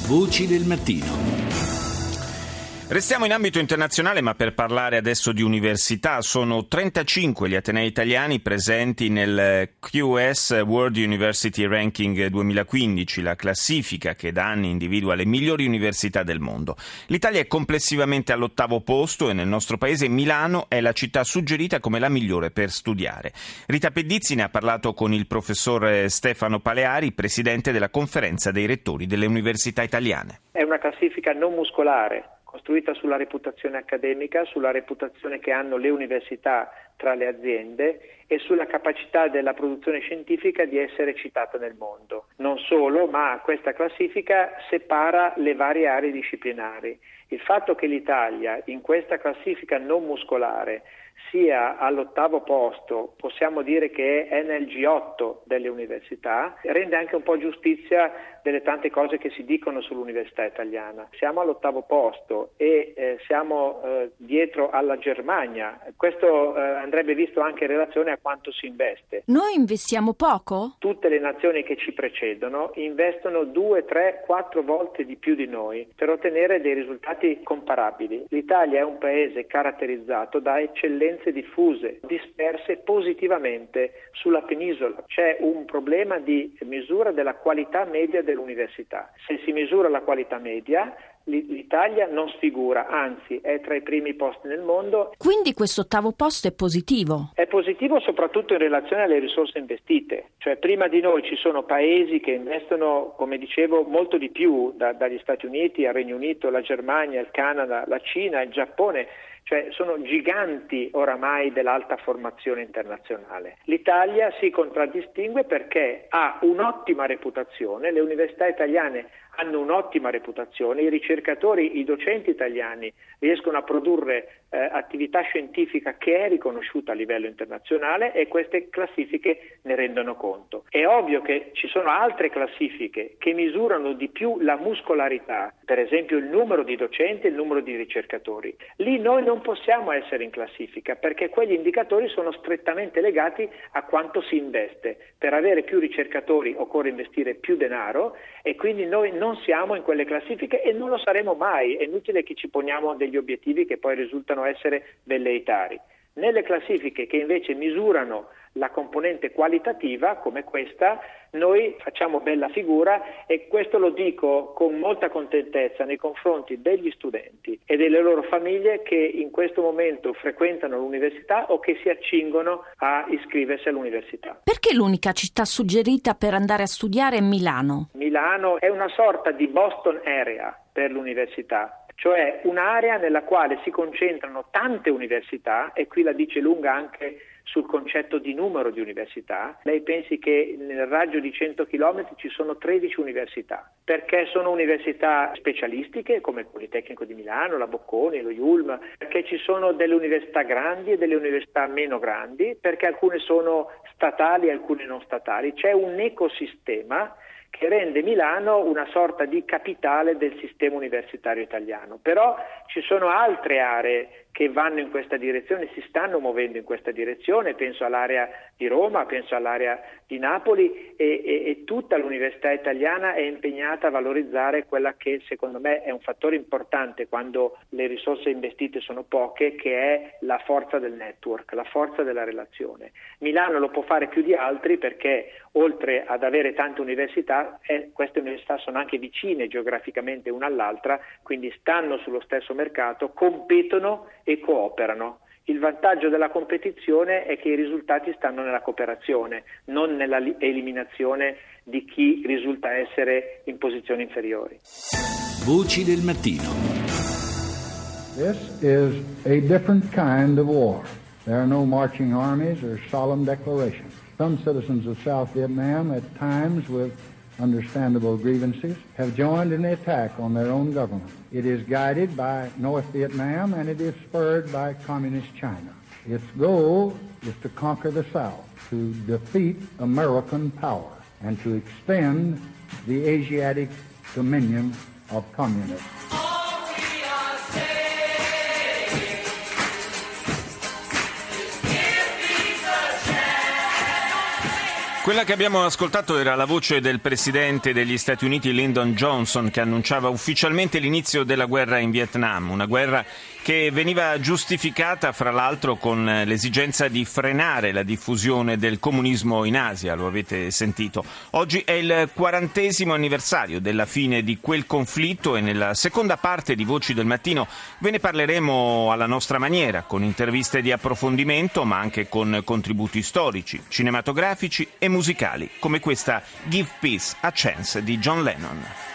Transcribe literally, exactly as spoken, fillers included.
Voci del mattino. Restiamo in ambito internazionale, ma per parlare adesso di università. Sono trentacinque gli atenei italiani presenti nel Q S World University Ranking duemilaquindici, la classifica che da anni individua le migliori università del mondo. L'Italia è complessivamente all'ottavo posto e nel nostro paese Milano è la città suggerita come la migliore per studiare. Rita Pedizzi ne ha parlato con il professor Stefano Paleari, presidente della Conferenza dei Rettori delle Università Italiane. È una classifica non muscolare, costruita sulla reputazione accademica, sulla reputazione che hanno le università tra le aziende e sulla capacità della produzione scientifica di essere citata nel mondo. Non solo, ma questa classifica separa le varie aree disciplinari. Il fatto che l'Italia in questa classifica non muscolare sia all'ottavo posto, possiamo dire che è nel G otto delle università, rende anche un po' giustizia delle tante cose che si dicono sull'università italiana. Siamo all'ottavo posto e eh, siamo eh, dietro alla Germania. Questo eh, andrebbe visto anche in relazione a quanto si investe. Noi investiamo poco? Tutte le nazioni che ci precedono investono due, tre, quattro volte di più di noi per ottenere dei risultati comparabili. L'Italia è un paese caratterizzato da eccellenze diffuse, disperse positivamente sulla penisola. C'è un problema di misura della qualità media dell'università. Se si misura la qualità media, l'Italia non sfigura, anzi è tra i primi posti nel mondo. Quindi questo ottavo posto è positivo? È positivo soprattutto in relazione alle risorse investite. Cioè prima di noi ci sono paesi che investono, come dicevo, molto di più, da, dagli Stati Uniti al Regno Unito, la Germania, il Canada, la Cina, il Giappone. Cioè sono giganti oramai dell'alta formazione internazionale. L'Italia si contraddistingue perché ha un'ottima reputazione, le università italiane hanno un'ottima reputazione, i ricercatori, i docenti italiani riescono a produrre eh, attività scientifica che è riconosciuta a livello internazionale e queste classifiche ne rendono conto. È ovvio che ci sono altre classifiche che misurano di più la muscolarità, per esempio il numero di docenti e il numero di ricercatori. Lì noi non possiamo essere in classifica perché quegli indicatori sono strettamente legati a quanto si investe. Per avere più ricercatori occorre investire più denaro e quindi noi non siamo in quelle classifiche e non lo saremo mai. È inutile che ci poniamo degli obiettivi che poi risultano essere velleitari. Nelle classifiche che invece misurano la componente qualitativa, come questa, noi facciamo bella figura e questo lo dico con molta contentezza nei confronti degli studenti e delle loro famiglie che in questo momento frequentano l'università o che si accingono a iscriversi all'università. Perché l'unica città suggerita per andare a studiare è Milano? Milano è una sorta di Boston area per l'università. Cioè un'area nella quale si concentrano tante università, e qui la dice lunga anche sul concetto di numero di università. Lei pensi che nel raggio di cento chilometri ci sono tredici università, perché sono università specialistiche come il Politecnico di Milano, la Bocconi, lo Yulm, perché ci sono delle università grandi e delle università meno grandi, perché alcune sono statali e alcune non statali. C'è un ecosistema che rende Milano una sorta di capitale del sistema universitario italiano. Però ci sono altre aree che vanno in questa direzione, si stanno muovendo in questa direzione, penso all'area di Roma, penso all'area di Napoli e, e, e tutta l'università italiana è impegnata a valorizzare quella che secondo me è un fattore importante quando le risorse investite sono poche, che è la forza del network, la forza della relazione. Milano lo può fare più di altri perché oltre ad avere tante università, eh, queste università sono anche vicine geograficamente una all'altra, quindi stanno sullo stesso mercato, competono e cooperano. Il vantaggio della competizione è che i risultati stanno nella cooperazione, non nella eliminazione di chi risulta essere in posizioni inferiori. Voci del mattino. This is a different kind of war. There are no marching armies or solemn declarations. Some citizens of South Vietnam, at times with understandable grievances, have joined in the attack on their own government. It is guided by North Vietnam and it is spurred by Communist China. Its goal is to conquer the South, to defeat American power, and to extend the Asiatic dominion of communism. Quella che abbiamo ascoltato era la voce del presidente degli Stati Uniti Lyndon Johnson, che annunciava ufficialmente l'inizio della guerra in Vietnam, una guerra che veniva giustificata fra l'altro con l'esigenza di frenare la diffusione del comunismo in Asia, lo avete sentito. Oggi è il quarantesimo anniversario della fine di quel conflitto e nella seconda parte di Voci del Mattino ve ne parleremo alla nostra maniera, con interviste di approfondimento ma anche con contributi storici, cinematografici e musicali, come questa Give Peace a Chance di John Lennon.